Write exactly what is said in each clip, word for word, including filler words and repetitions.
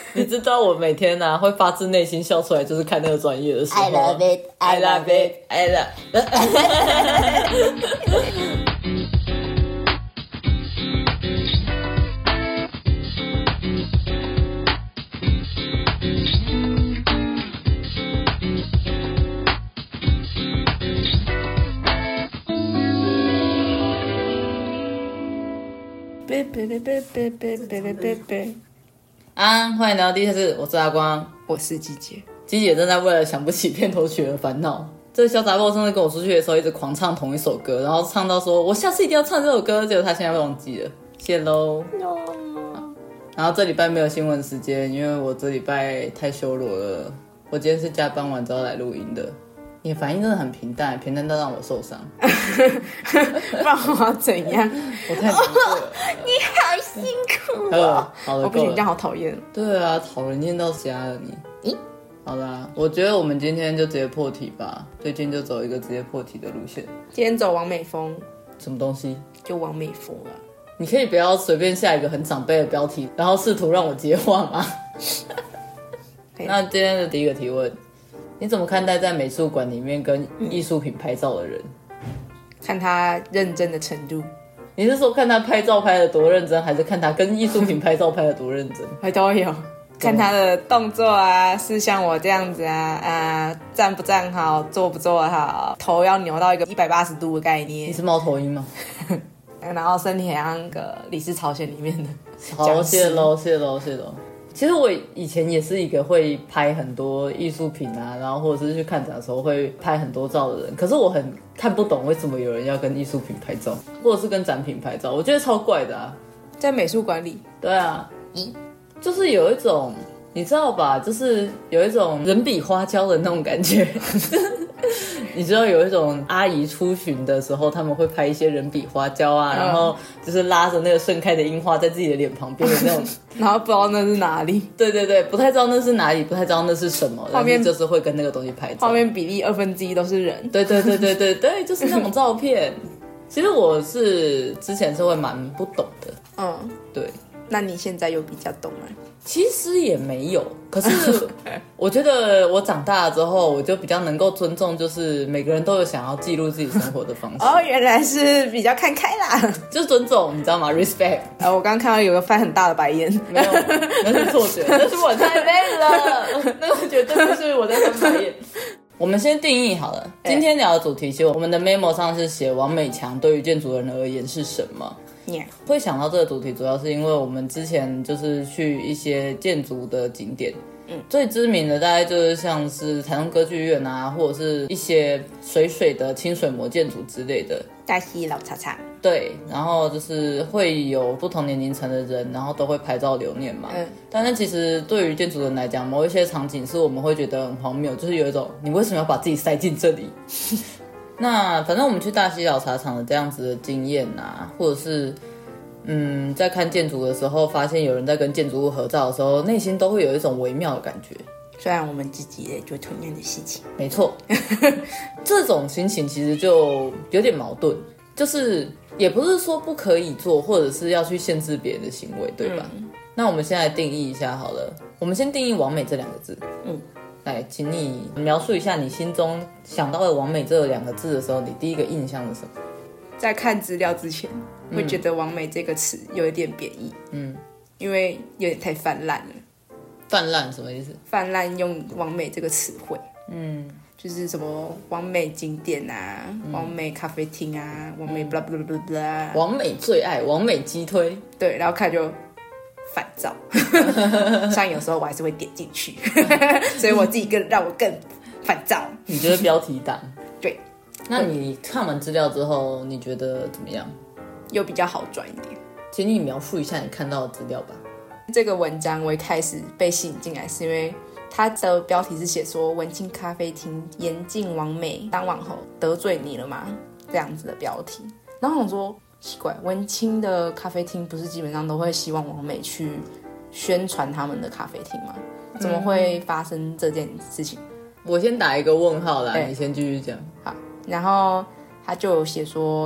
你知道我每天啊会发自内心笑出来，就是看那个专业的时候。I love it, I love it, I love it 。 别别别别别别别别别别！ 安，欢迎来到第一次，我是阿光， 我是季姐。 季姐正在为了想不起片头曲而烦恼。这小杂货上次跟我出去的时候，一直狂唱同一首歌，然后唱到说我下次一定要唱这首歌，结果他现在忘记了，谢喽。No. 然后这礼拜没有新闻时间，因为我这礼拜太修罗了。我今天是加班完之后来录音的。你的反应真的很平淡，平淡到让我受伤。 不然我要怎样？ 我太难过了。 你好辛苦哦。好了， 我不行，这样好讨厌。 对啊，讨人厌到瞎了你。咦？好啦，我觉得我们今天就直接破题吧。最近就走一个直接破题的路线。 今天走完美风。 什么东西？ 就完美风啊！ 你可以不要随便下一个很长辈的标题，然后试图让我接话吗？那今天的第一个提问。你怎么看待在美术馆里面跟艺术品拍照的人？ 看他认真的程度。 你是说看他拍照拍得多认真，还是看他跟艺术品拍照拍得多认真？ 都有，看他的动作啊，是像我这样子啊，呃，站不站好，坐不坐好，头要扭到一个一百八十度的概念。 你是猫头鹰吗？ 然后身体很像那个李氏朝鲜里面的。 好，谢喽，谢喽，谢喽。其实我以前也是一个会拍很多艺术品啊，然后或者是去看展的时候会拍很多照的人。可是我很看不懂为什么有人要跟艺术品拍照，或者是跟展品拍照，我觉得超怪的啊。 在美术馆里？ 对啊，嗯，就是有一种你知道吧，就是有一种人比花娇的那种感觉。你知道有一种阿姨出巡的时候，他们会拍一些人比花娇啊，嗯、然后就是拉着那个盛开的樱花在自己的脸旁边的那种， 然后不知道那是哪里。 对对对，不太知道那是哪里，不太知道那是什么，画面就是会跟那个东西拍照。 画面比例二分之一都是人。 对对对对对对，就是那种照片。其实我是之前是会蛮不懂的，嗯，对。 那你现在有比较懂吗？ 其实也没有，可是我觉得我长大了之后，我就比较能够尊重，就是每个人都有想要记录自己生活的方式。 哦，原来是比较看开啦， 就是尊重，你知道吗 ？respect。 呃，我刚刚看到有个翻很大的白眼， 没有，那是错觉，那是我太累了，那个绝对不是我在翻白眼。我们先定义好了，今天聊的主题，其实我们的 memo 上是写王美强对于建筑人而言是什么。Yeah. 会想到这个主题，主要是因为我们之前就是去一些建筑的景点，嗯，最知名的大概就是像是台中歌剧院啊，或者是一些水水的清水模建筑之类的。 大溪老叉叉。 对，然后就是会有不同年龄层的人，然后都会拍照留念嘛。嗯，但是其实对于建筑人来讲，某一些场景是我们会觉得很荒谬，就是有一种你为什么要把自己塞进这里？那反正我们去大溪老茶厂的这样子的经验啊，或者是嗯，在看建筑的时候，发现有人在跟建筑物合照的时候，内心都会有一种微妙的感觉。 虽然我们自己也做同样的事情， 没错，这种心情其实就有点矛盾，就是也不是说不可以做，或者是要去限制别人的行为，对吧？嗯、那我们现在定义一下好了，我们先定义完美这两个字。嗯。来，请你描述一下你心中想到的完美这两个字的时候，你第一个印象是什么？ 在看资料之前，会觉得完美这个词有一点贬义，嗯，因为有点太泛滥了。 泛滥什么意思？ 泛滥用完美这个词汇，嗯，就是什么完美景点啊，嗯、完美咖啡厅啊，完美 blah blah blah blah， 完美最爱，完美击推， 对，然后看就。烦躁，像有时候我还是会点进去，所以我自己更让我更烦躁。 你觉得标题党？ 对。 那你看完资料之后，你觉得怎么样？ 有比较好转一点。 请你描述一下你看到的资料吧。 这个文章我一开始被吸引进来，是因为它的标题是写说文青咖啡厅严禁网美当网红得罪你了吗？这样子的标题。然后我说。奇怪，文青的咖啡厅不是基本上都会希望网美去宣传他们的咖啡厅吗？怎么会发生这件事情？ 我先打一个问号啦，你先继续讲。 好，然后他就有写说，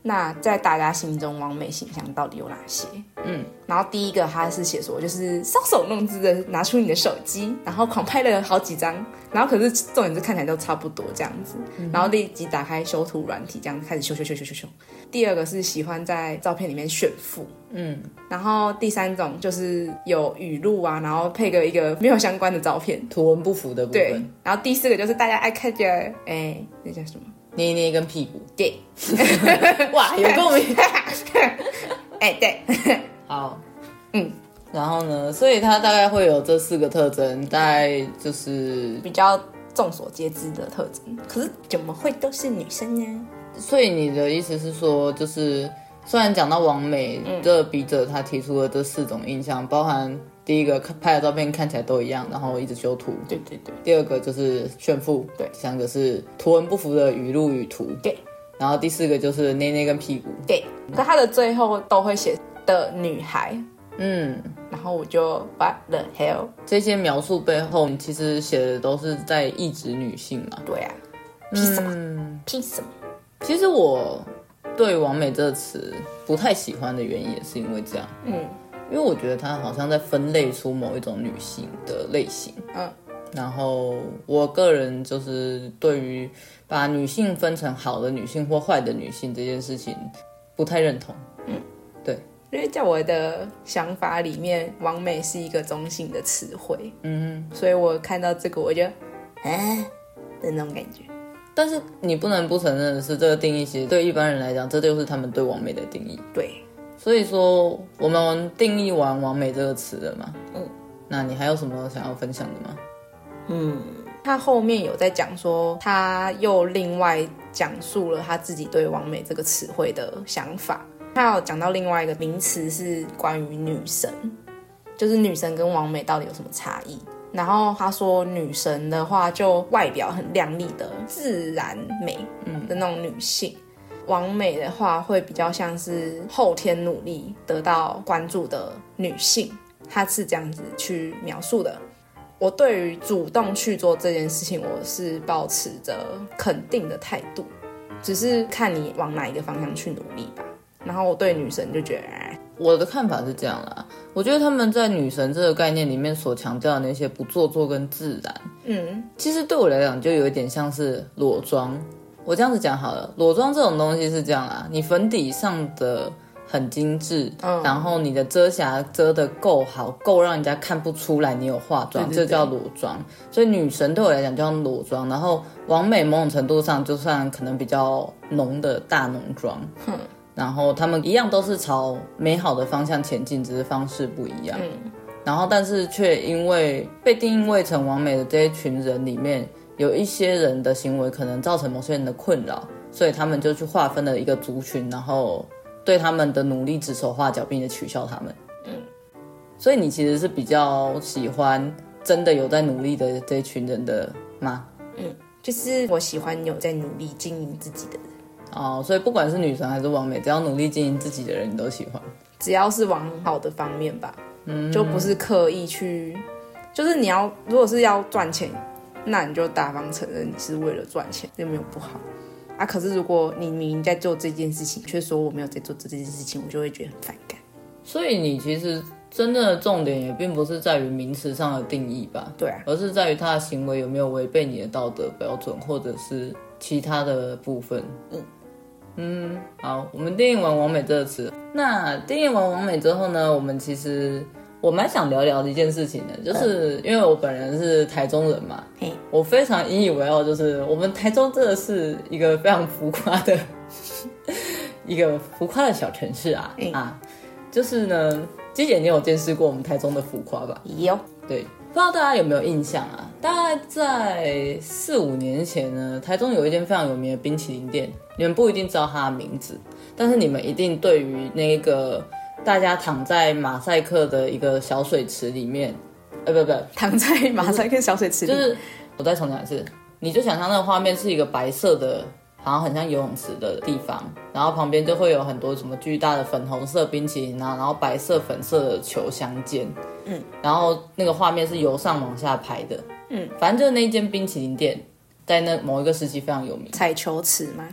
那在大家心中完美形象到底有哪些？嗯，然后第一个他是写说，就是搔首弄姿的拿出你的手机，然后狂拍了好几张，然后可是重点是看起来都差不多这样子，嗯、然后立即打开修图软体，这样开始修修修修修修。第二个是喜欢在照片里面炫富，嗯，然后第三种就是有语录啊，然后配个一个没有相关的照片， 图文不符的部分。 对，然后第四个就是大家爱看着，哎，那叫什么？ 捏一捏跟屁股。 对， 哇，有共鸣。 哎，对， 好，嗯，然后呢，所以它大概会有这四个特征，大概就是比较众所皆知的特征。可是怎么会都是女生呢？ 所以你的意思是说，就是虽然讲到完美的笔者他提出了这四种印象，包含第一个拍的照片看起来都一样，然后一直修图， 对对对。 第二个就是炫富， 对。 第三个是图文不符的语录与图， 对。 然后第四个就是捏捏跟屁股， 对。可他的最后都会写的女孩， 嗯， 然后我就 what the hell， 这些描述背后其实写的都是在意指女性嘛？ 对啊，凭什么？凭什么？ 其实我对完美这个词不太喜欢的原因也是因为这样，嗯，因为我觉得它好像在分类出某一种女性的类型，嗯，然后我个人就是对于把女性分成好的女性或坏的女性这件事情不太认同，嗯，对， 因为在我的想法里面，完美是一个中性的词汇，嗯，所以我看到这个我就，哎的那种感觉。 但是你不能不承认的是，这个定义其实对一般人来讲，这就是他们对完美的定义。 对， 所以说我们定义完完美这个词了嘛？嗯，那你还有什么想要分享的吗？ 嗯，他后面有在讲说，他又另外讲述了他自己对完美这个词汇的想法。他有讲到另外一个名词是关于女神，就是女神跟完美到底有什么差异。然后他说女神的话就外表很亮丽的自然美的那种女性，完美的话会比较像是后天努力得到关注的女性，他是这样子去描述的。我对于主动去做这件事情，我是抱持着肯定的态度，只是看你往哪一个方向去努力吧。然后我对女神就觉得，哎， 我的看法是这样啦，我觉得他们在女神这个概念里面所强调的那些不做作跟自然，嗯，其实对我来讲就有一点像是裸妆。我这样子讲好了，裸妆这种东西是这样啦，你粉底上的很精致，嗯，然后你的遮瑕遮得够好，够让人家看不出来你有化妆，对对对，这叫裸妆。所以女神对我来讲就叫裸妆，然后完美某种程度上就算可能比较浓的大浓妆，嗯，然后他们一样都是朝美好的方向前进，只是方式不一样，嗯，然后但是却因为被定位成完美的这一群人里面，有一些人的行为可能造成某些人的困扰，所以他们就去划分了一个族群，然后对他们的努力指手画脚，并且取笑他们。嗯，所以你其实是比较喜欢真的有在努力的这一群人的吗？ 嗯，就是我喜欢有在努力经营自己的人。 哦，所以不管是女神还是完美，只要努力经营自己的人，你都喜欢。 只要是往好的方面吧，嗯，就不是刻意去，就是你要如果是要赚钱，那你就大方承认你是为了赚钱，又没有不好。啊，可是如果你明明在做这件事情，却说我没有在做这件事情，我就会觉得很反感。 所以你其实真正的重点也并不是在于名词上的定义吧？ 对啊， 而是在于他的行为有没有违背你的道德标准，或者是其他的部分。嗯嗯，好，我们定义完完美这个词，那定义完完美之后呢，我们其实我蛮想聊聊的一件事情的，就是因为我本人是台中人嘛，嗯，我非常引以为傲，就是我们台中真的是一个非常浮夸的一个浮夸的小城市啊，嗯，啊，就是呢，鸡姐你有见识过我们台中的浮夸吧？ 有， 对，不知道大家有没有印象啊？大概在四五年前呢，台中有一间非常有名的冰淇淋店，你们不一定知道它的名字，但是你们一定对于那个大家躺在马赛克的一个小水池里面，呃，不不， 躺在马赛克小水池里， 就是我再重讲一次，你就想象那个画面是一个白色的，好像很像游泳池的地方，然后旁边就会有很多什么巨大的粉红色冰淇淋啊，然后白色粉色的球相间，嗯，然后那个画面是由上往下拍的，嗯，反正就是那间冰淇淋店在那某一个时期非常有名。 彩球池吗？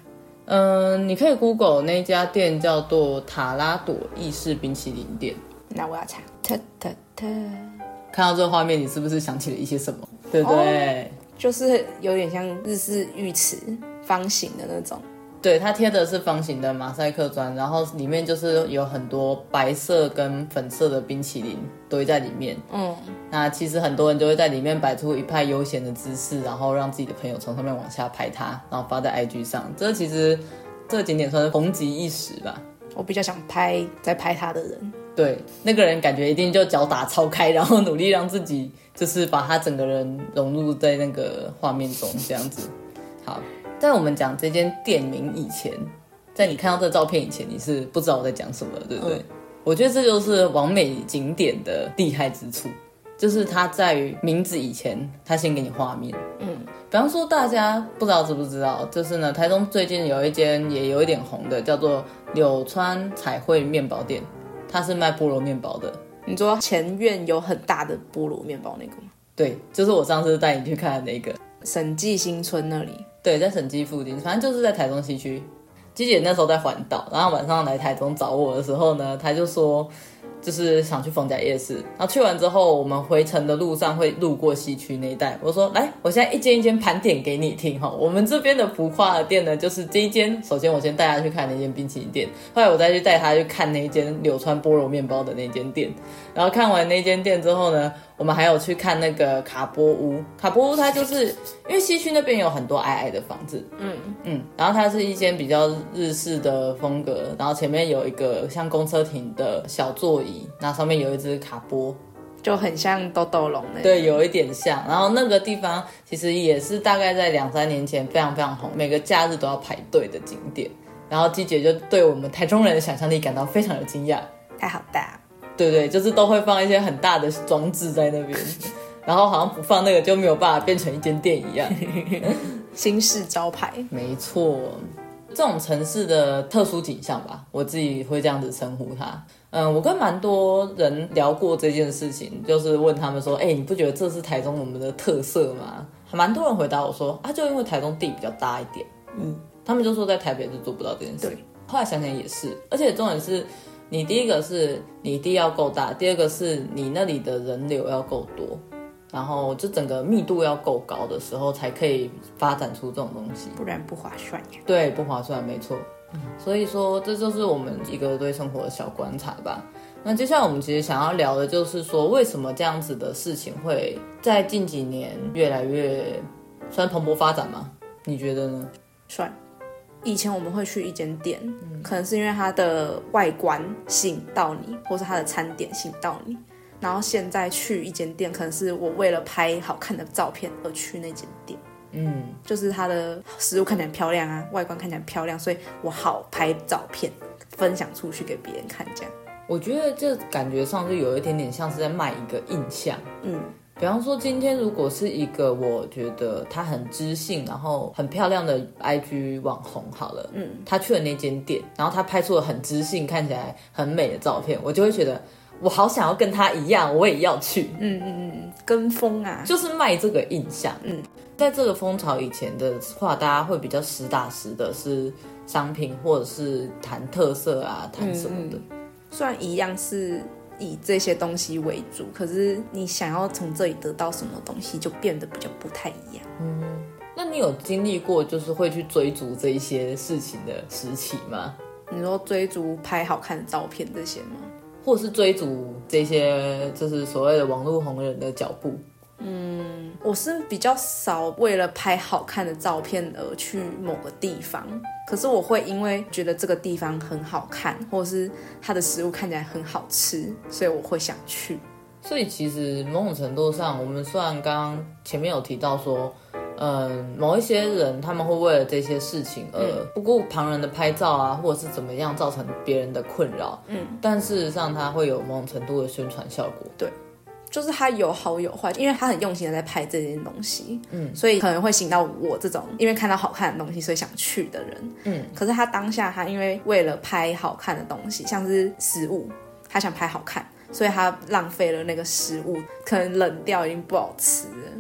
嗯、呃，你可以 Google 那家店叫做塔拉朵意式冰淇淋店。 那我要查，特特特。 看到这个画面，你是不是想起了一些什么？对不对？哦、 就是有点像日式浴池方形的那种。 对，它贴的是方形的马赛克砖，然后里面就是有很多白色跟粉色的冰淇淋堆在里面。嗯，那其实很多人就会在里面摆出一派悠闲的姿势，然后让自己的朋友从上面往下拍它，然后发在 I G 上。这其实这个景点算是红极一时吧。 我比较想拍在拍他的人。 对，那个人感觉一定就脚打超开，然后努力让自己就是把他整个人融入在那个画面中，这样子。好，在我们讲这间店名以前，在你看到这个照片以前，你是不知道我在讲什么，对不对？嗯、我觉得这就是网美景点的厉害之处，就是它在于名字以前，它先给你画面。嗯，比方说大家不知道知不知道，就是呢，台中最近有一间也有一点红的，叫做柳川彩绘面包店。它是卖菠萝面包的。 你说前院有很大的菠萝面包那个吗？ 对，就是我上次带你去看的那个。 审计新村那里。 对，在审计附近，反正就是在台中西区。鸡姐那时候在环岛，然后晚上来台中找我的时候呢，她就说就是想去逢甲夜市，然后去完之后我们回程的路上会路过西区那一带，我说来，我现在一间一间盘点给你听哈。我们这边的浮夸的店呢，就是这一间，首先我先带他去看那间冰淇淋店，后来我再去带他去看那间柳川菠萝面包的那间店，然后看完那间店之后呢，我们还有去看那个卡波屋。卡波屋它就是因为西区那边有很多矮矮的房子，嗯嗯，然后它是一间比较日式的风格，然后前面有一个像公车亭的小座椅，那上面有一只卡波， 就很像豆豆龙那。 对，有一点像。然后那个地方其实也是大概在两三年前非常非常红，每个假日都要排队的景点。然后季姐就对我们台中人的想象力感到非常有惊讶。 它好大。 对对，就是都会放一些很大的装置在那边，然后好像不放那个就没有办法变成一间店一样。 新式招牌。 没错，这种城市的特殊景象吧，我自己会这样子称呼它。嗯，我跟蛮多人聊过这件事情，就是问他们说，哎、欸，你不觉得这是台中我们的特色吗？蛮多人回答我说，啊，就因为台中地比较大一点。嗯，他们就说在台北是做不到这件事。对，后来想想也是，而且重点是，你第一个是你地要够大，第二个是你那里的人流要够多，然后就整个密度要够高的时候，才可以发展出这种东西， 不然不划算呀。 对，不划算，没错。所以说，这就是我们一个对生活的小观察吧。那接下来我们其实想要聊的就是说，为什么这样子的事情会在近几年越来越算蓬勃发展吗？你觉得呢？ 算。以前我们会去一间店、嗯、可能是因为它的外观吸引到你，或是它的餐点吸引到你，然后现在去一间店可能是我为了拍好看的照片而去那间店。嗯，就是它的食物看起来漂亮啊，外观看起来漂亮，所以我好拍照片分享出去给别人看，这样。 我觉得这感觉上就有一点点像是在卖一个印象。嗯，比方说今天如果是一个我觉得他很知性然后很漂亮的 I G 网红好了，嗯，他去了那间店，然后他拍出了很知性看起来很美的照片，我就会觉得我好想要跟他一样，我也要去。嗯嗯嗯， 跟风啊， 就是卖这个印象。嗯，在这个风潮以前的话，大家会比较实打实的是商品，或者是谈特色啊，谈什么的。嗯嗯， 虽然一样是以这些东西为主，可是你想要从这里得到什么东西，就变得比较不太一样。 嗯，那你有经历过就是会去追逐这一些事情的时期吗？ 你说追逐拍好看的照片这些吗？ 或是追逐这些就是所谓的网络红人的脚步？ 嗯，我是比较少为了拍好看的照片而去某个地方，可是我会因为觉得这个地方很好看，或者是它的食物看起来很好吃，所以我会想去。 所以其实某种程度上，我们虽然刚刚前面有提到说嗯，某一些人他们会为了这些事情而不顾旁人的拍照啊，或者是怎么样造成别人的困扰，嗯，但事实上它会有某种程度的宣传效果。 对，就是它有好有坏，因为他很用心的在拍这件东西，嗯，所以可能会吸引到我这种因为看到好看的东西所以想去的人，嗯，可是他当下他因为为了拍好看的东西，像是食物，他想拍好看，所以他浪费了那个食物，可能冷掉已经不好吃了。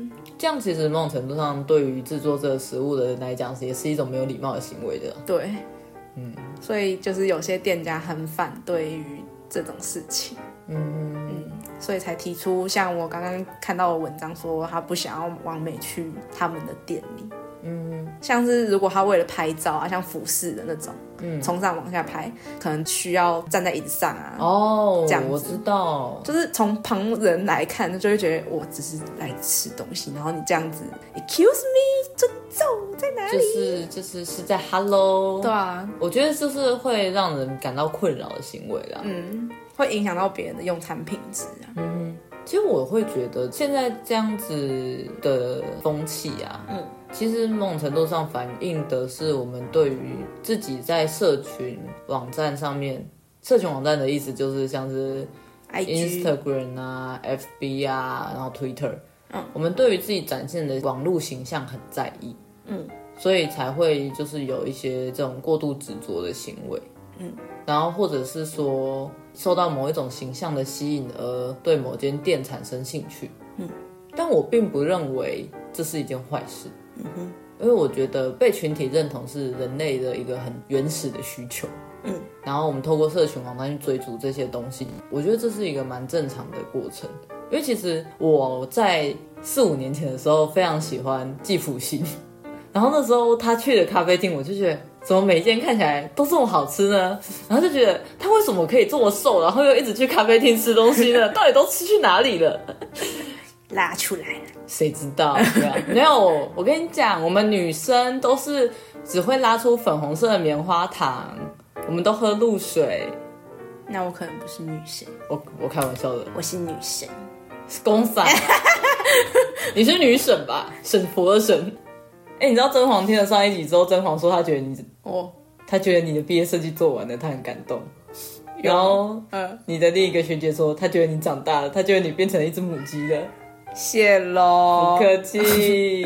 这样其实某种程度上对于制作这个食物的人来讲也是一种没有礼貌的行为的。 对， 嗯， 所以就是有些店家很反对于这种事情。 嗯嗯，所以才提出像我刚刚看到的文章说他不想要网美去他们的店里。 嗯， 像是如果他为了拍照啊，像服饰的那种， 嗯， 从上往下拍，可能需要站在椅子上啊。 哦， 这样子我知道， 就是从旁人来看，就会觉得我只是来吃东西，然后你这样子 ，excuse me， 尊重在哪里？ 就是就是是在 hello。 对啊， 我觉得就是会让人感到困扰的行为啦。 嗯，会影响到别人的用餐品质啊。 嗯，其实我会觉得现在这样子的风气啊，嗯，其实某种程度上反映的是我们对于自己在社群网站上面，社群网站的意思就是像是 I G Instagram 啊 F B 啊，然后 Twitter，嗯，我们对于自己展现的网络形象很在意，嗯，所以才会就是有一些这种过度执着的行为，嗯，然后或者是说受到某一种形象的吸引而对某间店产生兴趣，嗯，但我并不认为这是一件坏事，嗯哼，因为我觉得被群体认同是人类的一个很原始的需求，嗯，然后我们透过社群网站去追逐这些东西，我觉得这是一个蛮正常的过程。因为其实我在四五年前的时候非常喜欢季普星，然后那时候他去的咖啡厅，我就觉得怎么每一间看起来都这么好吃呢？然后就觉得他为什么可以这么瘦，然后又一直去咖啡厅吃东西呢？到底都吃去哪里了？ 拉出来了， 谁知道？没有，我跟你讲，我们女生都是只会拉出粉红色的棉花糖，我们都喝露水。 那我可能不是女神， 我我开玩笑的， 我是女神， 公仔，你是女神吧？神婆的神。哎、欸，你知道甄嬛听了上一集之后，甄嬛说她觉得你，哦，她觉得你的毕业设计做完了，她很感动。然后，嗯，你的另一个学姐说，她觉得你长大了，她觉得你变成了一只母鸡了。 谢喽， 不客气。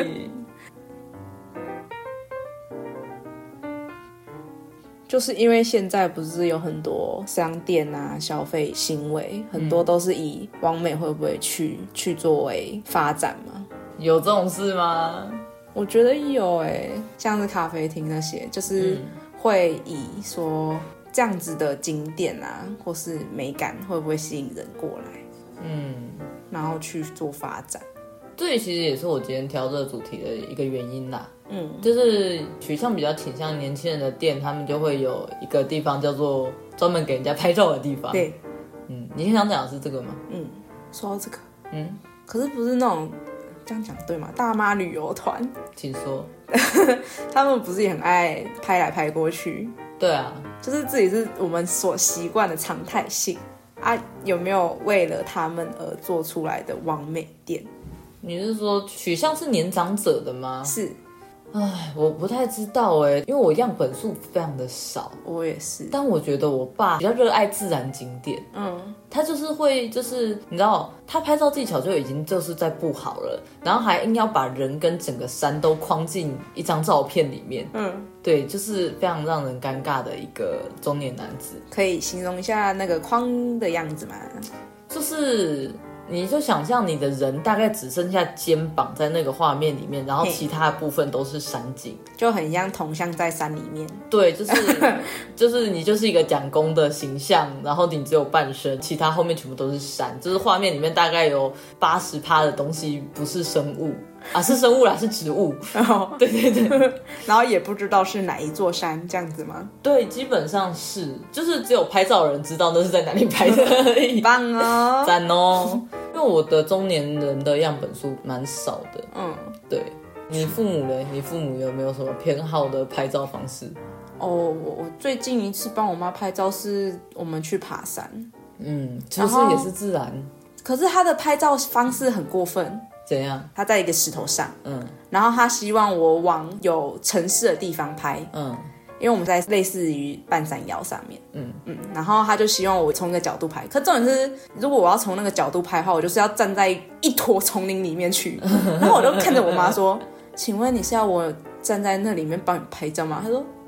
就是因为现在不是有很多商店啊，消费行为很多都是以网美会不会去去作为发展吗？ 有这种事吗？ 我觉得有诶、欸，像是咖啡厅那些，就是会以说这样子的景点啊，或是美感会不会吸引人过来，嗯，然后去做发展。 这其实也是我今天挑这个主题的一个原因啦。嗯，就是取向比较倾向年轻人的店，他们就会有一个地方叫做专门给人家拍照的地方。 对， 嗯，你想讲的是这个吗？ 嗯，说到这个，嗯，可是不是那种这样讲对吗？大妈旅游团， 请说， 他们不是也很爱拍来拍过去？ 对啊， 就是自己是我们所习惯的常态性啊，有没有为了他们而做出来的网美店？ 你是说取向是年长者的吗？ 是。 唉，我不太知道哎，因为我样本数非常的少。 我也是， 但我觉得我爸比较热爱自然景点，嗯，他就是会，就是你知道，他拍照技巧就已经就是在不好了，然后还硬要把人跟整个山都框进一张照片里面，嗯，对，就是非常让人尴尬的一个中年男子。 可以形容一下那个框的样子吗？ 就是你就想象你的人大概只剩下肩膀在那个画面里面，然后其他的部分都是山景， 就很像铜像在山里面。 对，就是就是你就是一个蒋公的形象，然后你只有半身，其他后面全部都是山，就是画面里面大概有八十趴的东西不是生物啊，是生物啦，是植物。哦、对对对， 然后也不知道是哪一座山这样子吗？ 对，基本上是，就是只有拍照的人知道那是在哪里拍的而已。 棒哦， 赞哦！因为我的中年人的样本数蛮少的。嗯，对。你父母呢？你父母有没有什么偏好的拍照方式？ 哦，我最近一次帮我妈拍照是我们去爬山。 嗯，其实也是自然。 可是她的拍照方式很过分。 怎样？ 他在一个石头上，嗯，然后他希望我往有城市的地方拍，嗯，因为我们在类似于半山腰上面，嗯嗯，然后他就希望我从一个角度拍，可重点是，如果我要从那个角度拍的话，我就是要站在一坨丛林里面去，然后我就看着我妈说：“请问你是要我站在那里面帮你拍照吗？”她说：“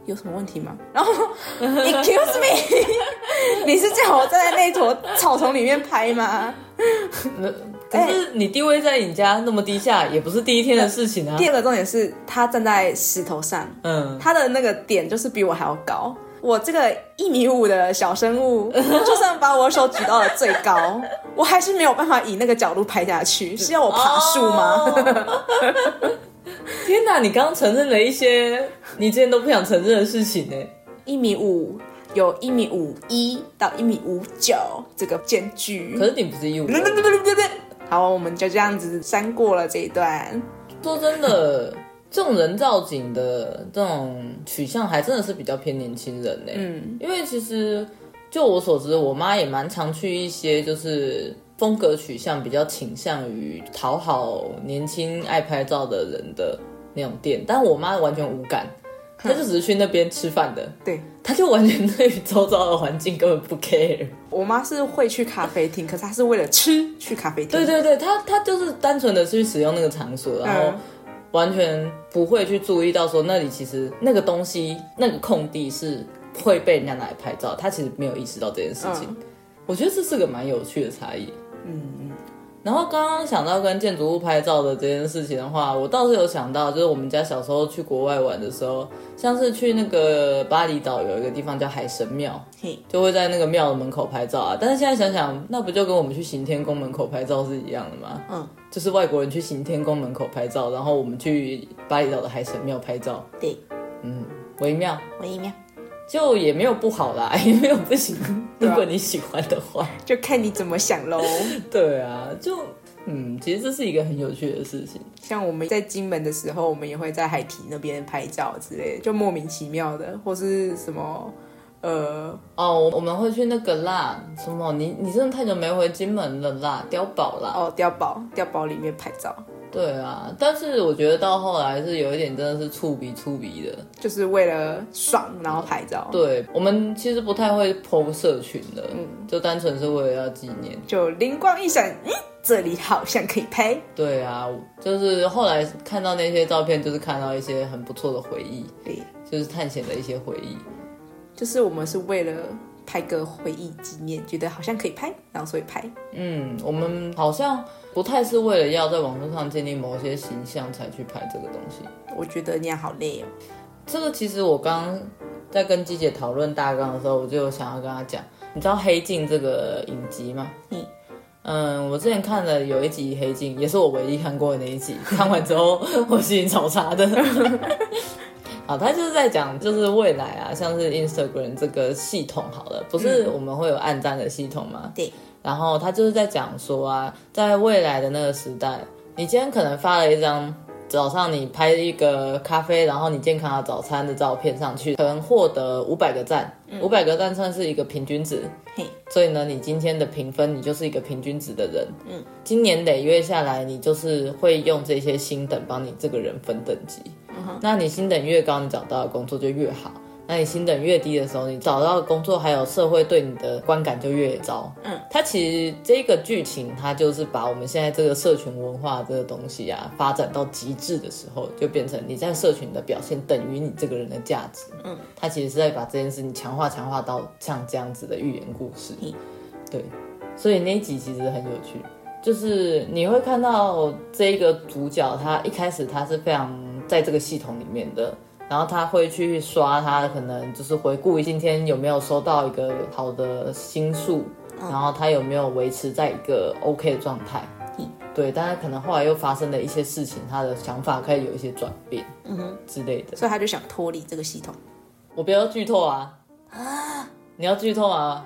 有什么问题吗？然后 excuse me 你是叫我站在那坨草丛里面拍吗？ 可是你地位在你家那么低下，也不是第一天的事情啊。 第二个重点是他站在石头上，嗯，他的那个点就是比我还要高。我这个一米五的小生物，就算把我手举到了最高，我还是没有办法以那个角度拍下去。是要我爬树吗？哦、 天哪！你刚刚承认了一些你之前都不想承认的事情呢。 一米五有一米五一到一米五九这个间距， 可是你不是一五。 好，我们就这样子删过了这一段。 说真的。这种人造景的这种取向还真的是比较偏年轻人呢、欸，嗯，因为其实就我所知，我妈也蛮常去一些就是风格取向比较倾向于讨好年轻爱拍照的人的那种店，但我妈完全无感，她就只是去那边吃饭的， 对， 她就完全对于周遭的环境根本不 care。 我妈是会去咖啡厅，可是她是为了吃去咖啡厅， 对对对，她她就是单纯的去使用那个场所，然后。嗯完全不会去注意到说那里其实那个东西那个空地是会被人家拿来拍照，他其实没有意识到这件事情、嗯、我觉得这是个蛮有趣的差异。嗯嗯。然后刚刚想到跟建筑物拍照的这件事情的话，我倒是有想到就是我们家小时候去国外玩的时候，像是去那个巴厘岛有一个地方叫海神庙，就会在那个庙的门口拍照啊。但是现在想想，那不就跟我们去行天宫门口拍照是一样的吗？嗯，就是外国人去行天宫门口拍照，然后我们去巴厘岛的海神庙拍照。 对， 嗯，微妙， 微妙。 就也没有不好啦，也没有不行，如果你喜欢的话， 就看你怎么想咯。 对啊，就嗯，其实这是一个很有趣的事情。 像我们在金门的时候，我们也会在海堤那边拍照之类的，就莫名其妙的，或是什么呃哦，我们会去那个啦，什么你你真的太久没回金门了啦，碉堡啦， 哦，碉堡，碉堡里面拍照。 对啊，但是我觉得到后来是有一点真的是触鼻触鼻的， 就是为了爽然后拍照。 对，我们其实不太会 po 社群的，嗯，就单纯是为了要纪念， 就灵光一闪，嗯，这里好像可以拍。 对啊，就是后来看到那些照片，就是看到一些很不错的回忆， 对， 就是探险的一些回忆， 就是我们是为了拍个回忆纪念，觉得好像可以拍，然后所以拍。 嗯，我们好像不太是为了要在网络上建立某些形象才去拍这个东西。 我觉得那样好累哦。 这个其实我刚刚在跟鸡姐讨论大纲的时候，我就有想要跟她讲，你知道《黑镜》这个影集吗？嗯嗯，我之前看了有一集《黑镜》，也是我唯一看过的那一集。看完之后，我心情超差的。好，他就是在讲，就是未来啊，像是 Instagram 这个系统好了，不是我们会有按赞的系统吗？ 嗯、对。 然后他就是在讲说啊，在未来的那个时代，你今天可能发了一张早上你拍一个咖啡，然后你健康的早餐的照片上去，可能获得五百个赞，五百、嗯、个赞算是一个平均值。嘿，所以呢，你今天的评分，你就是一个平均值的人。嗯，今年累月下来，你就是会用这些星等帮你这个人分等级。嗯、那你星等越高，你找到的工作就越好。那你星等越低的时候，你找到的工作还有社会对你的观感就越糟。嗯，它其实这个剧情，它就是把我们现在这个社群文化这个东西啊，发展到极致的时候，就变成你在社群的表现等于你这个人的价值。嗯，它其实是在把这件事情强化强化到像这样子的寓言故事。嗯，对，所以那一集其实很有趣，就是你会看到这个主角，他一开始他是非常在这个系统里面的。然后他会去刷，他可能就是回顾今天有没有收到一个好的星数，嗯、然后他有没有维持在一个 OK 的状态。嗯、对，但是可能后来又发生了一些事情，他的想法可以有一些转变，嗯哼之类的， 所以他就想脱离这个系统。 我不要剧透啊！啊，你要剧透啊？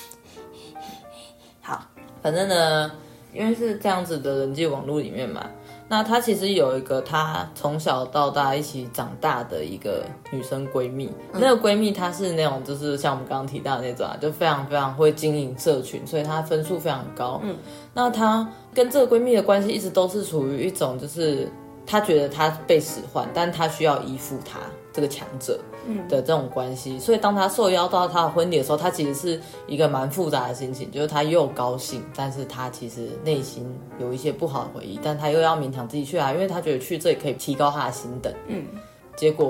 好， 反正呢，因为是这样子的人际网络里面嘛。那她其实有一个她从小到大一起长大的一个女生闺蜜，嗯、那个闺蜜她是那种就是像我们刚刚提到的那种啊，就非常非常会经营社群，所以她分数非常高。嗯，那她跟这个闺蜜的关系一直都是处于一种就是她觉得她被使唤，但她需要依附她这个强者的这种关系，嗯、所以当她受邀到她的婚礼的时候，她其实是一个蛮复杂的心情，就是她又高兴，但是她其实内心有一些不好的回忆，但她又要勉强自己去啊，因为她觉得去这里可以提高她的心等。嗯，结果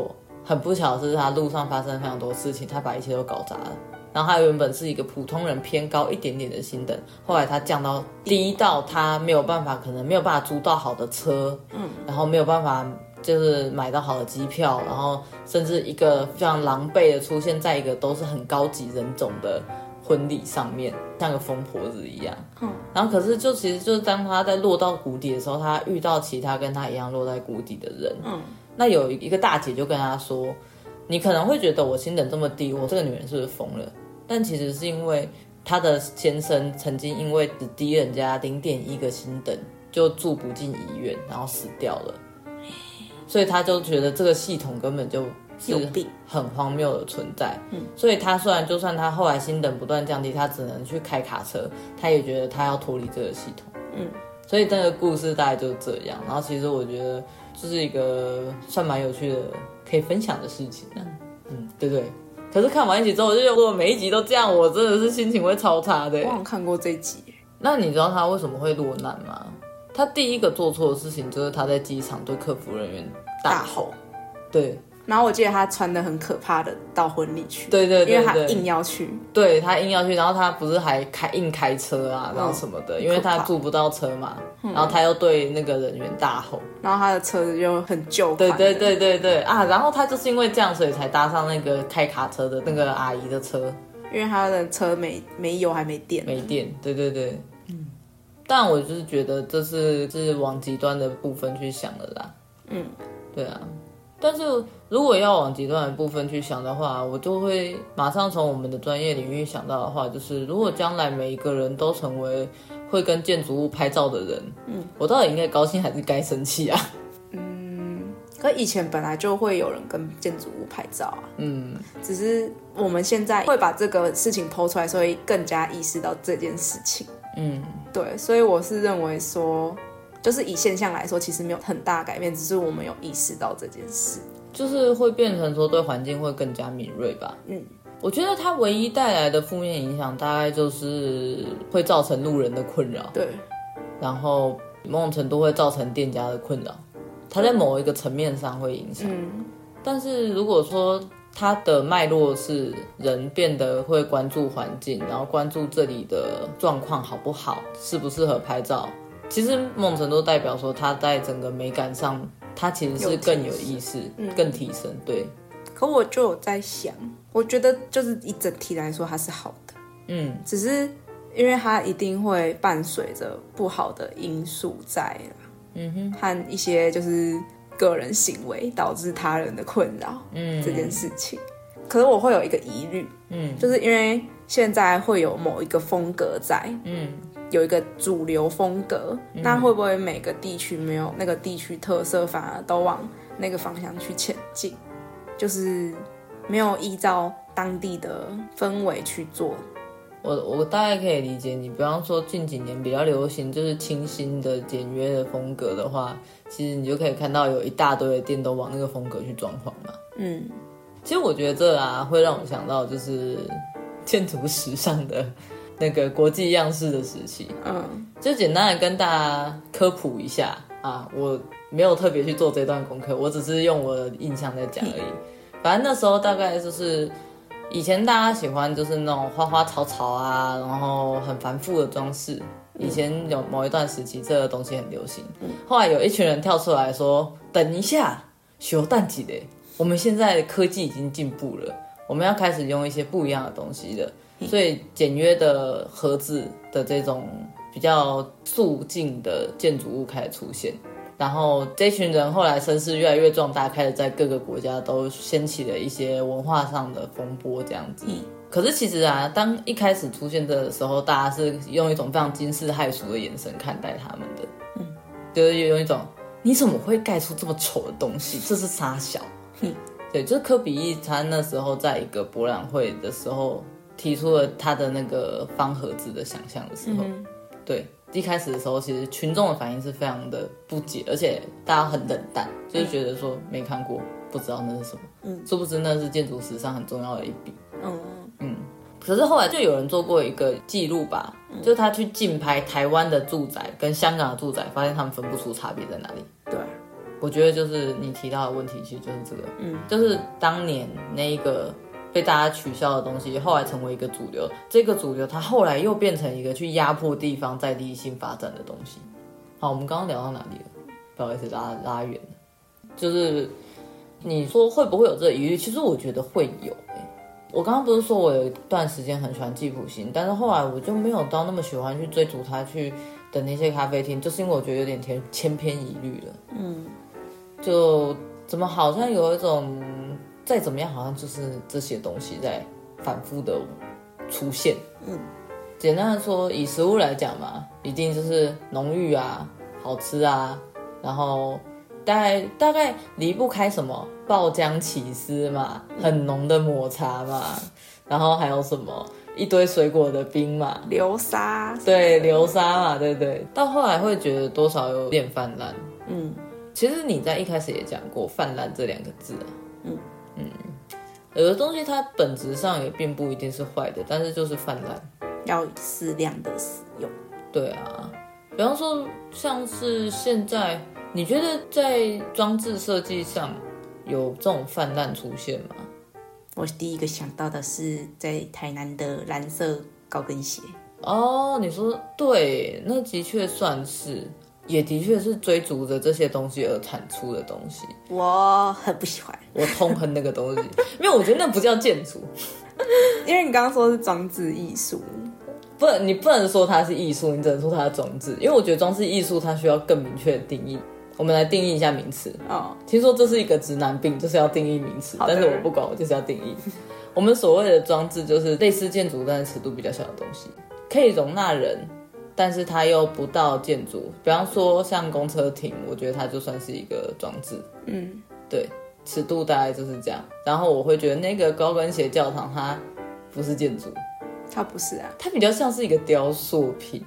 很不巧的是他路上发生非常多事情，他把一切都搞砸了。然后他原本是一个普通人偏高一点点的星等，后来他降到低到他没有办法，可能没有办法租到好的车，嗯，然后没有办法就是买到好的机票，然后甚至一个非常狼狈的出现在一个都是很高级人种的婚礼上面，像个疯婆子一样。嗯，然后可是就其实就是当他在落到谷底的时候，他遇到其他跟他一样落在谷底的人。嗯，那有一个大姐就跟他说，你可能会觉得我星等这么低，我这个女人是不是疯了？但其实是因为他的先生曾经因为只低人家零点一个星等就住不进医院，然后死掉了，所以他就觉得这个系统根本就是很荒谬的存在。嗯，所以他虽然就算他后来星等不断降低，他只能去开卡车，他也觉得他要脱离这个系统。嗯，所以这个故事大概就是这样。然后其实我觉得这是一个算蛮有趣的可以分享的事情。嗯嗯，对不对？可是看完一集之后，我就觉得如果每一集都这样，我真的是心情会超差的。 我好像看过这一集。 那你知道他为什么会落难吗？他第一个做错的事情就是他在机场对客服人员大吼。对。 然后我记得他穿的很可怕的到婚礼去， 对对 对, 对， 因为他硬要去， 对他硬要去，然后他不是还开硬开车啊，然后什么的，嗯、因为他租不到车嘛，嗯、然后他又对那个人员大吼， 然后他的车子就很旧， 对对对对对啊，然后他就是因为这样，所以才搭上那个开卡车的那个阿姨的车， 因为他的车没没油还没电， 没电，对对对，嗯，但我就是觉得这是是往极端的部分去想的啦，嗯，对啊。但是如果要往极端的部分去想的话，我就会马上从我们的专业领域想到的话，就是如果将来每一个人都成为会跟建筑物拍照的人，嗯，我到底应该高兴还是该生气啊？ 嗯，可以前本来就会有人跟建筑物拍照啊，嗯，只是我们现在会把这个事情po出来，所以更加意识到这件事情，嗯，对，所以我是认为说。就是以现象来说，其实没有很大的改变，只是我们有意识到这件事， 就是会变成说对环境会更加敏锐吧。嗯，我觉得它唯一带来的负面影响，大概就是会造成路人的困扰。 对， 然后某种程度会造成店家的困扰，它在某一个层面上会影响。嗯，但是如果说它的脉络是人变得会关注环境，然后关注这里的状况好不好，适不适合拍照。其实某种程度代表说他在整个美感上他其实是更有意识、嗯、更提升。对， 可我就有在想，我觉得就是一整体来说它是好的，嗯，只是因为它一定会伴随着不好的因素在啦，嗯哼，和一些就是个人行为导致他人的困扰，嗯，这件事情。可是我会有一个疑虑，嗯，就是因为现在会有某一个风格在，嗯。有一个主流风格，那会不会每个地区没有那个地区特色，反而都往那个方向去前进？就是没有依照当地的氛围去做。 我我大概可以理解你，比方说近几年比较流行就是清新的简约的风格的话，其实你就可以看到有一大堆的店都往那个风格去装潢嘛。嗯，其实我觉得这啊会让我想到就是建筑史上的。那个国际样式的时期，嗯，就简单的跟大家科普一下啊，我没有特别去做这段功课，我只是用我的印象在讲而已。反正那时候大概就是以前大家喜欢就是那种花花草草啊，然后很繁复的装饰。以前有某一段时期这个东西很流行，后来有一群人跳出来说：“等一下，修蛋几嘞，我们现在科技已经进步了，我们要开始用一些不一样的东西了。”所以简约的盒子的这种比较素净的建筑物开始出现，然后这群人后来声势越来越壮大，开始在各个国家都掀起了一些文化上的风波这样子。嗯，可是其实啊，当一开始出现的时候，大家是用一种非常惊世骇俗的眼神看待他们的，嗯，就是用一种你怎么会盖出这么丑的东西，这是啥小？嗯，对，就是柯比意他那时候在一个博览会的时候。提出了他的那个方盒子的想象的时候，嗯、对，一开始的时候，其实群众的反应是非常的不解，而且大家很冷淡，就是觉得说没看过，不知道那是什么，嗯，殊不知那是建筑史上很重要的一笔，嗯嗯。可是后来就有人做过一个记录吧，嗯、就是他去竞拍台湾的住宅跟香港的住宅，发现他们分不出差别在哪里。 对， 我觉得就是你提到的问题，其实就是这个，嗯，就是当年那一个被大家取笑的东西，后来成为一个主流，这个主流它后来又变成一个去压迫地方在地性发展的东西。好，我们刚刚聊到哪里了？不好意思，拉拉远了。就是你说会不会有这个疑虑？其实我觉得会有、欸。我刚刚不是说我有一段时间很喜欢吉普星，但是后来我就没有到那么喜欢去追逐他去的那些咖啡厅，就是因为我觉得有点偏千篇一律了。嗯，就怎么好像有一种再怎么样，好像就是这些东西在反复的出现。嗯，简单的说，以食物来讲嘛，一定就是浓郁啊、好吃啊，然后大概大概离不开什么爆浆起司嘛，很浓的抹茶嘛，然后还有什么一堆水果的冰嘛， 流沙， 对，流沙嘛，对对。到后来会觉得多少有点泛滥。嗯，其实你在一开始也讲过泛滥这两个字啊。嗯嗯，有的东西它本质上也并不一定是坏的，但是就是泛滥， 要适量的使用。 对啊，比方说像是现在。你觉得在装置设计上有这种泛滥出现吗？ 我第一个想到的是在台南的蓝色高跟鞋。 哦，你说对，那的确算是，也的确是追逐着这些东西而产出的东西。 我很不喜欢， 我痛恨那个东西，因为我觉得那不叫建筑， 因为你刚刚说是装置艺术。 不，你不能说它是艺术，你只能说它是装置，因为我觉得装置艺术它需要更明确的定义。我们来定义一下名词。哦，听说这是一个直男病，就是要定义名词，但是我不管，我就是要定义。我们所谓的装置就是类似建筑，但是尺度比较小的东西，可以容纳人，但是它又不到建筑。比方说像公车亭，我觉得它就算是一个装置。嗯，对，尺度大概就是这样。然后我会觉得那个高跟鞋教堂它不是建筑， 它不是啊， 它比较像是一个雕塑品，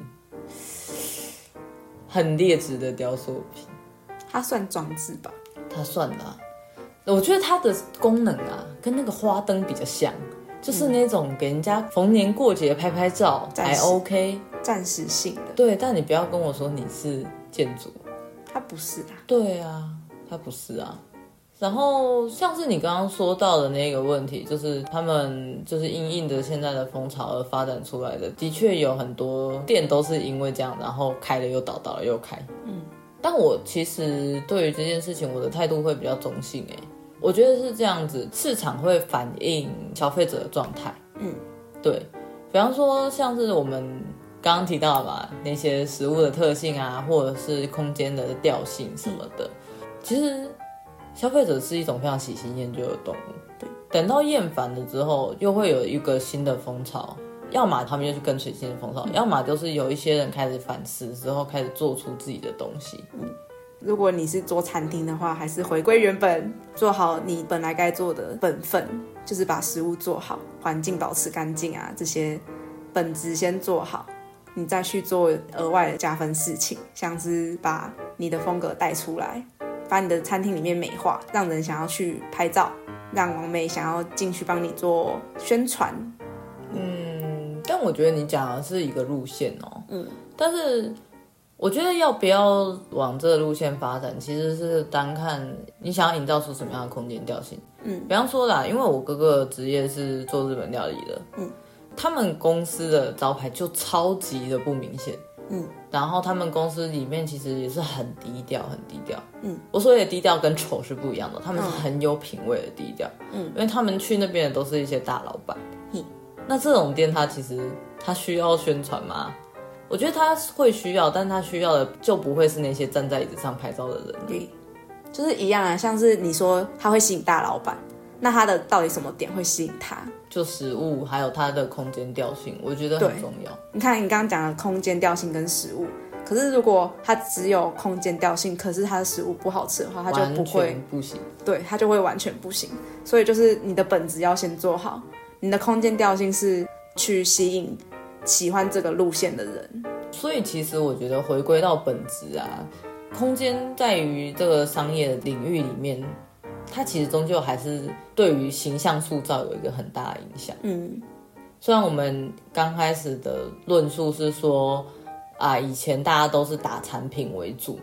很劣质的雕塑品。 它算装置吧？ 它算啦、啊，我觉得它的功能啊，跟那个花灯比较像，就是那种给人家逢年过节拍拍照还 OK， 暂时性的。 对，但你不要跟我说你是建筑， 它不是啊。 对啊，它不是啊。然后像是你刚刚说到的那个问题，就是他们就是因应着现在的风潮而发展出来的，的确有很多店都是因为这样，然后开了又倒，倒了又开。嗯。但我其实对于这件事情，我的态度会比较中性诶。我觉得是这样子，市场会反映消费者的状态。嗯，对。比方说，像是我们刚刚提到的嘛，那些食物的特性啊，或者是空间的调性什么的，其实消费者是一种非常喜新厌旧的动物。对，等到厌烦了之后，又会有一个新的风潮。要么他们就去跟随新的风潮，嗯、要么就是有一些人开始反思之后，开始做出自己的东西。嗯， 如果你是做餐厅的话，还是回归原本，做好你本来该做的本分，就是把食物做好，环境保持干净啊，这些本质先做好，你再去做额外的加分事情，像是把你的风格带出来，把你的餐厅里面美化，让人想要去拍照，让网美想要进去帮你做宣传。 嗯，但我觉得你讲的是一个路线哦。嗯，但是我觉得要不要往这个路线发展，其实是单看你想要营造出什么样的空间调性。嗯，比方说啦，因为我哥哥的职业是做日本料理的，嗯，他们公司的招牌就超级的不明显。嗯，然后他们公司里面其实也是很低调，很低调。嗯，我所谓的低调跟丑是不一样的，他们是很有品味的低调。嗯，因为他们去那边的都是一些大老板。嗯，那这种店它其实它需要宣传吗？我觉得他会需要，但他需要的就不会是那些站在椅子上拍照的人。 对，就是一样啊，像是你说他会吸引大老板，那他的到底什么点会吸引他？ 就食物还有它的空间调性，我觉得很重要。 你看你刚刚讲的空间调性跟食物，可是如果它只有空间调性，可是它的食物不好吃的话，它就不会， 完全不行。 对，它就会完全不行。所以就是你的本质要先做好，你的空间调性是去吸引喜欢这个路线的人。 所以其实我觉得回归到本质啊，空间在于这个商业领域里面，它其实终究还是对于形象塑造有一个很大的影响。嗯，虽然我们刚开始的论述是说啊，以前大家都是打产品为主，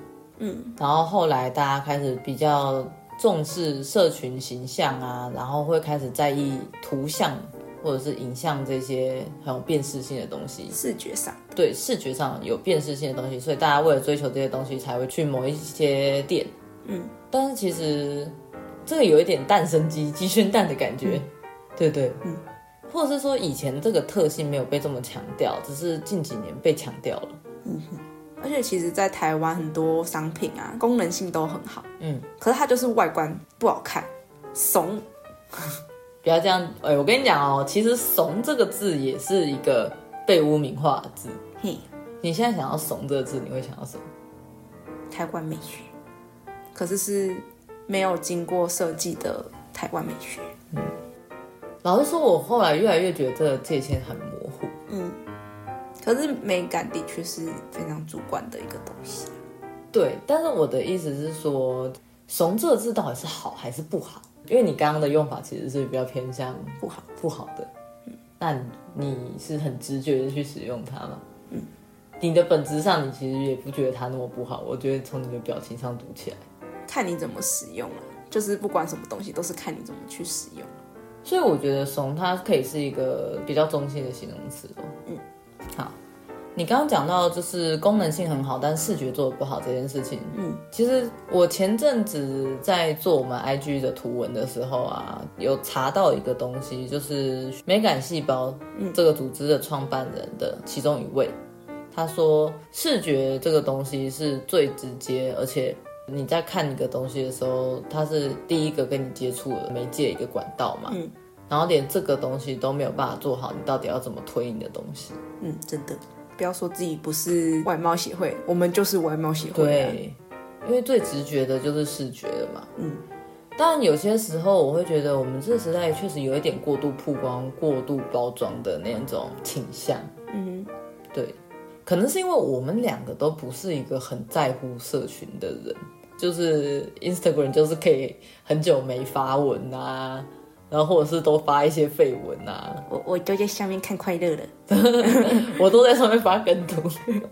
嗯， 然后后来大家开始比较重视社群形象啊，然后会开始在意图像或者是影像这些很有辨识性的东西， 视觉上， 对，视觉上有辨识性的东西，所以大家为了追求这些东西才会去某一些店。 嗯， 但是其实这个有一点蛋生鸡，鸡生蛋的感觉，嗯、对对，嗯，或者是说以前这个特性没有被这么强调，只是近几年被强调了。 嗯哼，而且其实在台湾很多商品啊，功能性都很好， 嗯， 可是它就是外观不好看，怂。 不要这样，哎、欸，我跟你讲哦，其实“怂”这个字也是一个被污名化的字。 嘿， 你现在想要“怂”这个字，你会想到什么？ 台湾美学，可是是没有经过设计的台湾美学。 嗯，老实说，我后来越来越觉得这个界限很模糊。 嗯，可是美感的确是非常主观的一个东西。 对，但是我的意思是说，“怂”这个字到底是好还是不好？因为你刚刚的用法其实是比较偏向不好不好的，嗯，那你是很直觉的去使用它吗？嗯，你的本质上你其实也不觉得它那么不好，我觉得从你的表情上读起来， 看你怎么使用了，就是不管什么东西都是看你怎么去使用。 所以我觉得怂它可以是一个比较中性的形容词哦。嗯，好。你刚刚讲到就是功能性很好，但视觉做的不好这件事情。嗯，其实我前阵子在做我们 I G 的图文的时候啊，有查到一个东西，就是美感细胞这个组织的创办人的其中一位，他说视觉这个东西是最直接，而且你在看一个东西的时候，它是第一个跟你接触的媒介一个管道嘛。嗯，然后连这个东西都没有办法做好，你到底要怎么推你的东西？ 嗯，真的。不要说自己不是外貌协会，我们就是外貌协会、啊。 对，因为最直觉的就是视觉了嘛。嗯，当然有些时候我会觉得我们这个时代确实有一点过度曝光、过度包装的那种倾向。嗯，对，可能是因为我们两个都不是一个很在乎社群的人，就是 Instagram 就是可以很久没发文啊。然后或者是都发一些绯闻啊， 我我都在下面看快乐了， 我都在上面发梗图。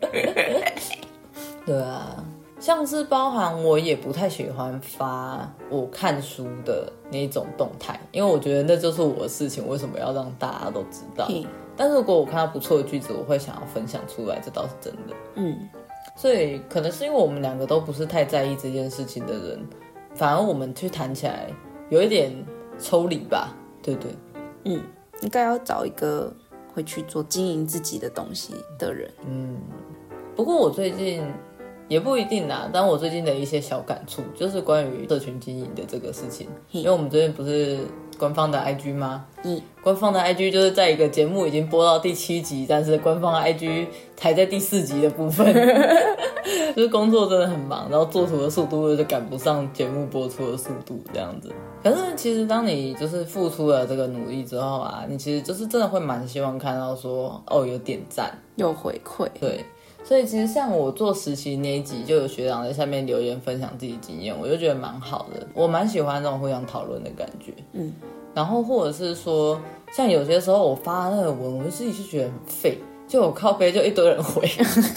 对啊，像是包含我也不太喜欢发我看书的那种动态，因为我觉得那就是我的事情，为什么要让大家都知道？但是如果我看到不错的句子，我会想要分享出来，这倒是真的。嗯，所以可能是因为我们两个都不是太在意这件事情的人，反而我们去谈起来有一点抽离吧，对对， 嗯，应该要找一个会去做经营自己的东西的人。 嗯，不过我最近也不一定啦，但我最近的一些小感触就是关于社群经营的这个事情，因为我们最近不是官方的 I G 吗？嗯，官方的 I G 就是在一个节目已经播到第七集，但是官方的 I G 才在第四集的部分。就是工作真的很忙，然后做图的速度就赶不上节目播出的速度这样子。可是其实当你就是付出了这个努力之后啊，你其实就是真的会蛮希望看到说哦有点赞有回馈。 对，所以其实像我做实习那一集就有学长在下面留言分享自己经验，我就觉得蛮好的，我蛮喜欢这种互相讨论的感觉。嗯，然后或者是说像有些时候我发那个文，我就自己就觉得很废，就我靠背就一堆人回。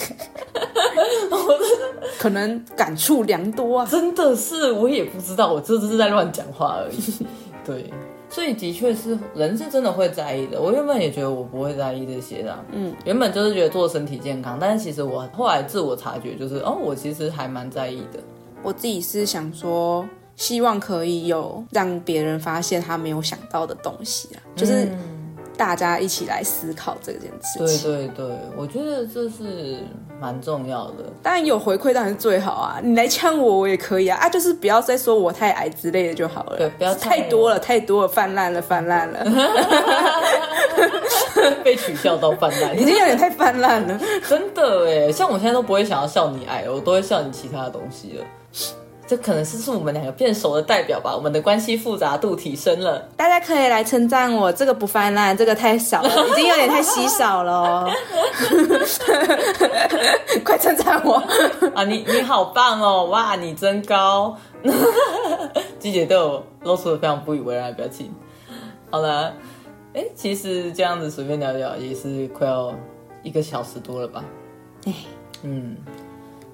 可能感触良多啊， 真的是我也不知道，我这只是在乱讲话而已。对，所以的确是人是真的会在意的。我原本也觉得我不会在意这些的，嗯，原本就是觉得做身体健康，但是其实我后来自我察觉就是，哦，我其实还蛮在意的。 我自己是想说，希望可以有让别人发现他没有想到的东西啊，就是大家一起来思考这件事情。 对对对，我觉得这是蛮重要的。 当然有回馈当然是最好啊，你来呛我我也可以啊，啊就是不要再说我太矮之类的就好了。 对，不要太多了太多了，泛滥了泛滥了。 被取笑到泛滥， 已经有点太泛滥了。 真的耶，像我现在都不会想要笑你矮，我都会笑你其他的东西了。这可能是是我们两个变熟的代表吧，我们的关系复杂度提升了。 大家可以来称赞我，这个不泛滥，这个太少了，已经有点太稀少了哦。快称赞我啊！你你好棒哦，哇，你真高。季姐对我露出了非常不以为然的表情。好了，哎，其实这样子随便聊聊也是快要一个小时多了吧？哎，嗯。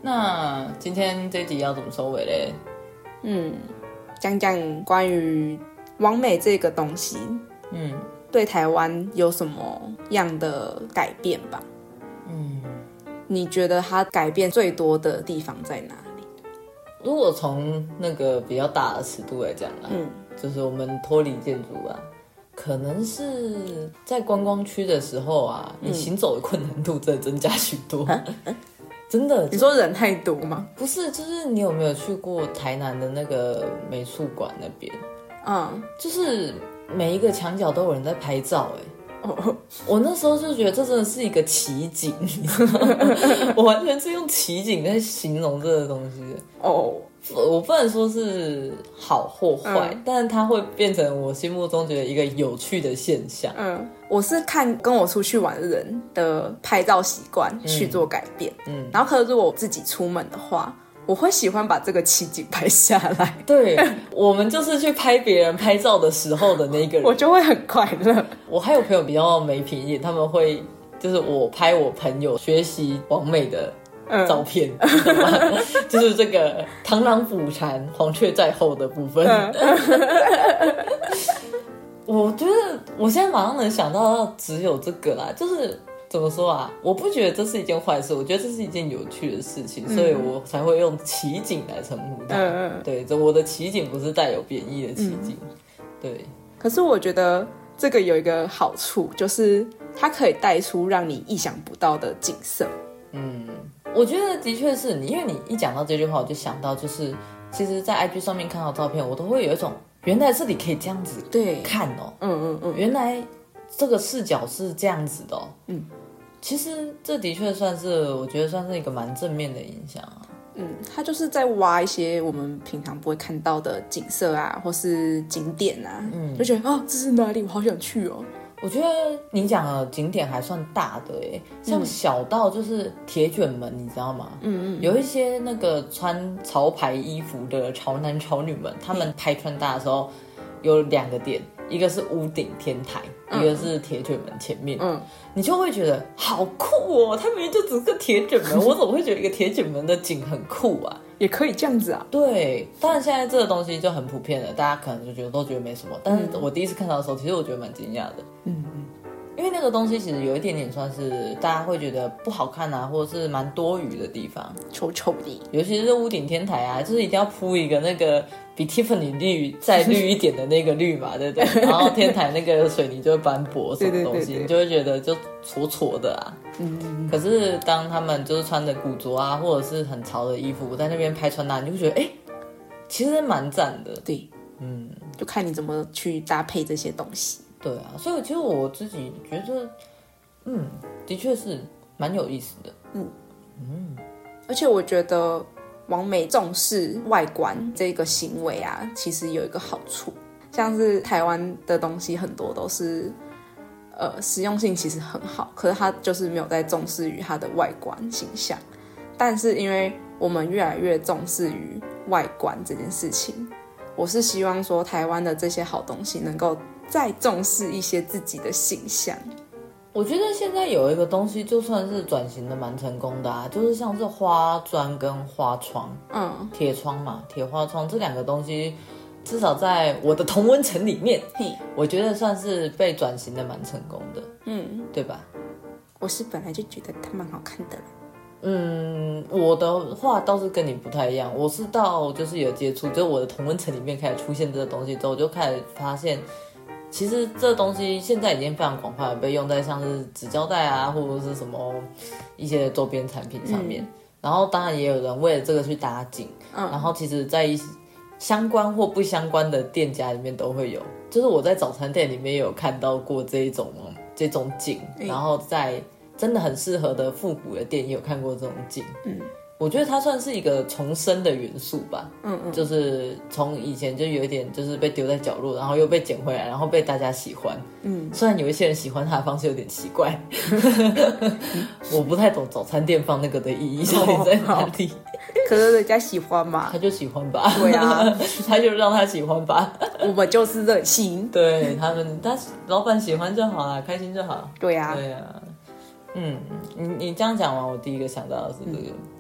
那今天这集要怎么收尾嘞？ 嗯，讲讲关于网美这个东西，嗯，对台湾有什么样的改变吧？嗯，你觉得它改变最多的地方在哪里？ 如果从那个比较大的尺度来讲啊，嗯，就是我们脱离建筑啊，可能是在观光区的时候啊，你行走的困难度真的增加许多。嗯真的， 你说人太多吗？ 不是，就是你有没有去过台南的那个美术馆那边？嗯，就是每一个墙角都有人在拍照、欸，哎、哦，我那时候就觉得这真的是一个奇景，我完全是用奇景在形容这个东西的哦。我不能说是好或坏，嗯、但是它会变成我心目中觉得一个有趣的现象。 嗯，我是看跟我出去玩的人的拍照习惯去做改变。嗯，然后可是如果我自己出门的话，我会喜欢把这个奇景拍下来。 对，我们就是去拍别人拍照的时候的那个人， 我就会很快乐。 我还有朋友比较没品一点，他们会就是我拍我朋友学习网美的。照片、嗯、就是这个螳螂捕蝉，黄雀在后的部分。嗯、我觉得我现在马上能想到只有这个啦，就是怎么说啊？我不觉得这是一件坏事，我觉得这是一件有趣的事情，嗯、所以我才会用奇景来称呼它。嗯、对，我的奇景不是带有贬义的奇景。嗯、对。 可是我觉得这个有一个好处，就是它可以带出让你意想不到的景色。 嗯。我觉得的确是你，因为你一讲到这句话，我就想到就是，其实，在 I G 上面看到照片，我都会有一种原来这里可以这样子看哦，嗯嗯嗯，原来这个视角是这样子的哦，嗯，其实这的确算是我觉得算是一个蛮正面的影响啊， 嗯，它就是在挖一些我们平常不会看到的景色啊，或是景点啊，嗯，就觉得哦，这是哪里？我好想去哦。 我觉得你讲的景点还算大的耶，像小到就是铁卷门，你知道吗？嗯嗯，有一些那个穿潮牌衣服的潮男潮女们，他们拍穿搭的时候有两个点，一个是屋顶天台，嗯、一个是铁卷门前面，嗯，你就会觉得好酷哦，它明明就只是个铁卷门，我怎么会觉得一个铁卷门的景很酷啊？ 也可以这样子啊？ 对，当然现在这个东西就很普遍了，大家可能就觉得都觉得没什么。但是我第一次看到的时候，其实我觉得蛮惊讶的。嗯嗯，因为那个东西其实有一点点算是大家会觉得不好看啊，或者是蛮多余的地方， 丑丑的。 尤其是屋顶天台啊，就是一定要铺一个那个比 Tiffany 绿再绿一点的那个绿嘛，对不对？然后天台那个水泥就会斑驳什么东西，对对对对，你就会觉得就挫挫的啊。嗯，可是当他们就是穿着古着啊，或者是很潮的衣服在那边拍穿搭，你就觉得哎、欸，其实蛮赞的。 对，嗯，就看你怎么去搭配这些东西。 对啊，所以其实我自己觉得，嗯，的确是蛮有意思的。嗯嗯，而且我觉得网美重视外观这个行为啊，其实有一个好处，像是台湾的东西很多都是。呃，实用性其实很好，可是它就是没有在重视于它的外观形象。但是因为我们越来越重视于外观这件事情，我是希望说台湾的这些好东西能够再重视一些自己的形象。 我觉得现在有一个东西就算是转型的蛮成功的啊，就是像是花砖跟花窗，嗯，铁窗嘛，铁花窗这两个东西。至少在我的同温层里面，我觉得算是被转型的蛮成功的，嗯，对吧？ 我是本来就觉得它蛮好看的。 嗯，我的话倒是跟你不太一样，我是到就是有接触，就是我的同温层里面开始出现这个东西之后，我就开始发现，其实这东西现在已经非常广泛的被用在像是纸胶带啊，或者是什么一些周边产品上面。嗯、然后当然也有人为了这个去打景，嗯、然后其实在一些相关或不相关的店家里面都会有，就是我在早餐店里面也有看到过这一种这种景，嗯、然后在真的很适合的复古的店也有看过这种景。嗯，我觉得它算是一个重生的元素吧。嗯嗯，就是从以前就有一点就是被丢在角落，然后又被捡回来，然后被大家喜欢。嗯，虽然有一些人喜欢它的方式有点奇怪，我不太懂早餐店放那个的意义到底在哪里。哦， 可是人家喜欢嘛， 他就喜欢吧。 对啊， 他就让他喜欢吧。 我们就是热心， 对他们，他老板喜欢就好啦，开心就好。 对啊， 对啊。嗯，你你这样讲完，我第一个想到的是这个。嗯，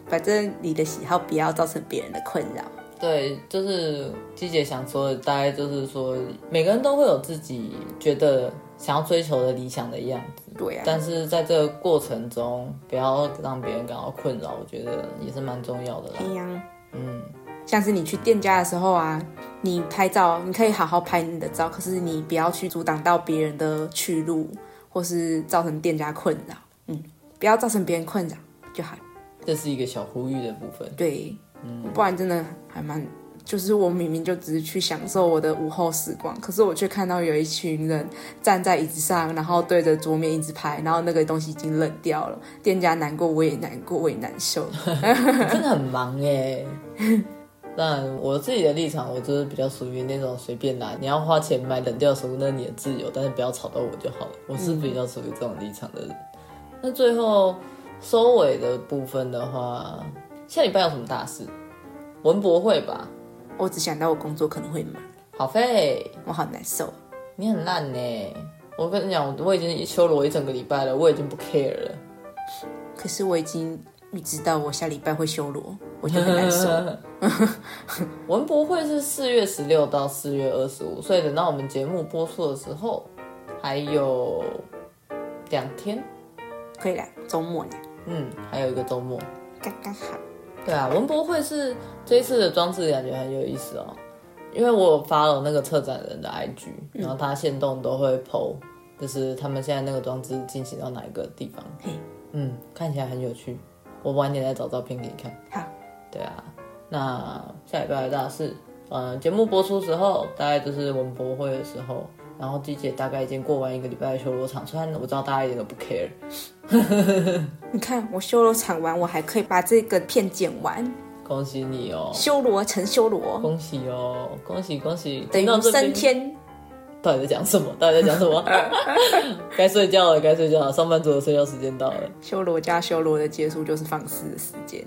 反正你的喜好不要造成别人的困扰。 对，就是鸡姐想说的，大概就是说，每个人都会有自己觉得想要追求的理想的样子。 对啊， 但是在这个过程中，不要让别人感到困扰，我觉得也是蛮重要的啦。 对呀， 嗯， 像是你去店家的时候啊，你拍照，你可以好好拍你的照，可是你不要去阻挡到别人的去路，或是造成店家困扰。嗯，不要造成别人困扰就好。 这是一个小呼吁的部分。 对。嗯、不然真的还蛮，就是我明明就只是去享受我的午后时光，可是我却看到有一群人站在椅子上，然后对着桌面一直拍，然后那个东西已经冷掉了，店家难过，我也难过，我也难受。 真的很忙耶。但我自己的立场，我就是比较属于那种随便拿，你要花钱买冷掉食物，那是你的自由，但是不要吵到我就好了。我是比较属于这种立场的人。嗯、那最后收尾的部分的话，下礼拜有什么大事？文博会吧。 我只想到我工作可能会忙， 好废， 我好难受。 你很烂呢。我跟你讲，我已经修了我一整个礼拜了，我已经不 care 了。 可是我已经预知到我下礼拜会修罗，我就很难受。 文博会是四月十六到四月二十五，所以等到我们节目播出的时候，还有两天， 可以啦，周末呢？ 嗯，还有一个周末， 刚刚好。 对啊，文博会是这一次的装置感觉很有意思哦，因为我有 follow 那个策展人的 I G，、嗯、然后他限动都会 po， 就是他们现在那个装置进行到哪一个地方。 嘿， 嗯，看起来很有趣，我晚点再找照片给你看。 好， 对啊，那下礼拜的大事，呃，节目播出时候大概就是文博会的时候，然后鸡姐大概已经过完一个礼拜的修罗场，虽然我知道大家一点都不 care。 你看我修罗场完，我还可以把这个片剪完， 恭喜你哦！ 修罗成修罗， 恭喜哦！恭喜恭喜！ 等于升天。 到底在讲什么？到底在讲什么？该睡觉了，该睡觉了，上班族的睡觉时间到了。 修罗加修罗的结束就是放肆的时间，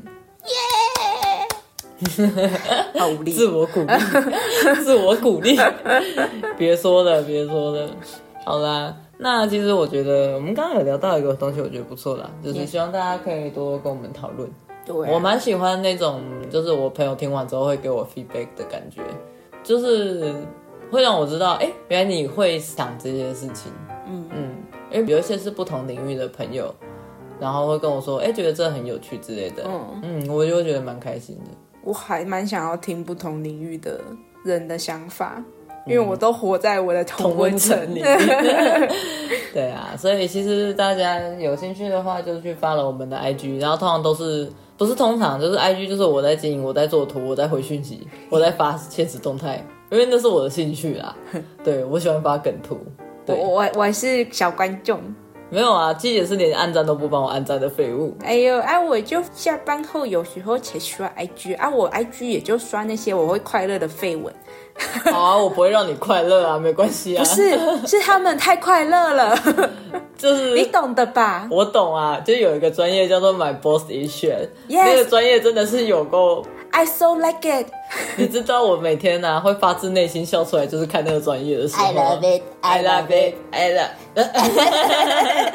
耶！好无力， 自我鼓励，自我鼓励，别说了，别说了。好啦。那其实我觉得我们刚刚有聊到一个东西，我觉得不错啦，就是希望大家可以多多跟我们讨论。 对、啊， 我蛮喜欢那种，就是我朋友听完之后会给我 feedback 的感觉，就是会让我知道，哎，原来你会想这些事情。嗯嗯，因为有一些是不同领域的朋友，然后会跟我说，哎，觉得这很有趣之类的。嗯嗯，我就会觉得蛮开心的。 我还蛮想要听不同领域的人的想法。因为我都活在我的同温层里。 对啊，所以其实大家有兴趣的话，就去follow我们的 I G， 然后通常都是不是通常就是 I G， 就是我在经营，我在做图，我在回讯息，我在发现实动态，因为那是我的兴趣啦。对，我喜欢发梗图。对， 我我我还是小观众。 没有啊，鸡姐是连按赞都不帮我按赞的废物。 哎呦，啊，我就下班后有时候才刷 I G 啊，我 I G 也就刷那些我会快乐的废文。 好啊，我不会让你快乐啊，没关系啊。 不是，是他们太快乐了， 就是你懂的吧？ 我懂啊，就有一个专业叫做 My Boss Issue， yes， 那个专业真的是有够。 I so like it 。 你知道我每天啊会发自内心笑出来，就是看那个专业的时候。I love it, I love it, I love it 。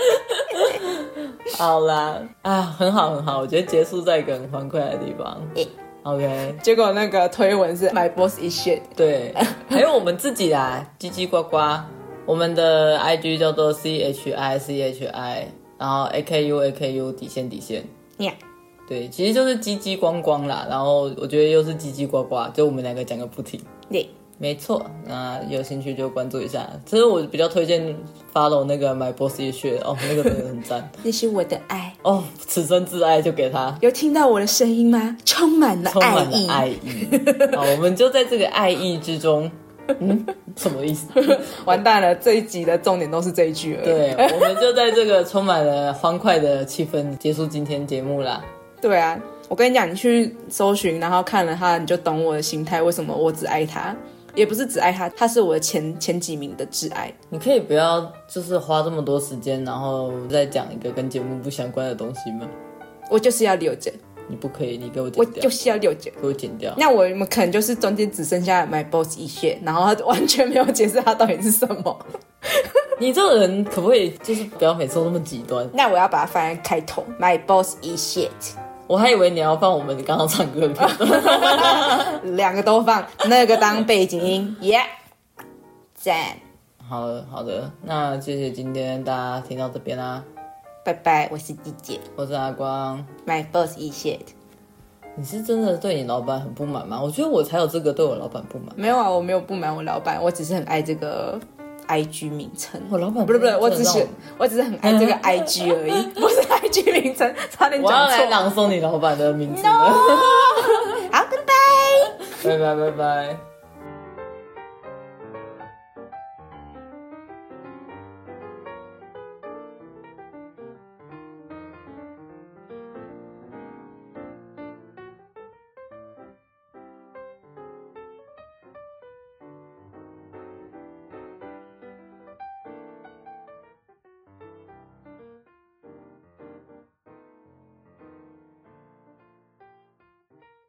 好啦，啊，很好很好，我觉得结束在一个很欢快的地方。OK， 结果那个推文是 My boss is shit。 对，还有我们自己啦，叽叽呱呱，我们的 I G 叫做 C H I C H I， 然后 A K U A K U 底线底线。 Yeah。 对，其实就是叽叽光光啦，然后我觉得又是叽叽呱呱，就我们两个讲个不停。 对， 没错，那有兴趣就关注一下。其实我比较推荐 follow 那个 My Boss 也学哦，那个真的很赞。 那是我的爱哦，此生挚爱就给他。 有听到我的声音吗？充满了爱意， 充满了爱意。好，我们就在这个爱意之中。嗯，什么意思？ 完蛋了，这一集的重点都是这一句而已。 对，我们就在这个充满了欢快的气氛结束今天节目啦。 对啊，我跟你讲，你去搜寻，然后看了他，你就懂我的心态。为什么我只爱他？也不是只爱他，他是我的前前几名的挚爱。 你可以不要就是花这么多时间，然后再讲一个跟节目不相关的东西吗？ 我就是要留着。 你不可以，你给我剪掉。 我就是要留着， 给我剪掉。 那我们可能就是中间只剩下 My Boss 一线，然后他完全没有解释他到底是什么。 你这个人可不可以就是不要每次都那么极端？ 那我要把它放在开头 ，My Boss is shit。 我还以为你要放我们刚刚唱歌的片段。 两个都放，那个当背景音，耶、yeah ，赞。 好的，好的，那谢谢今天大家听到这边啦， 拜拜，我是季姐， 我是阿光。 My boss is shit。 你是真的对你老板很不满吗？我觉得我才有这个对我老板不满。 没有啊，我没有不满我老板，我只是很爱这个 I G 名称。 我老板不是不是，我只是我只是很爱这个 I G 而已，不是 I G 名称，差点我要讲错。 来朗诵你老板的名字了。 No! 好，拜拜。 拜拜拜拜。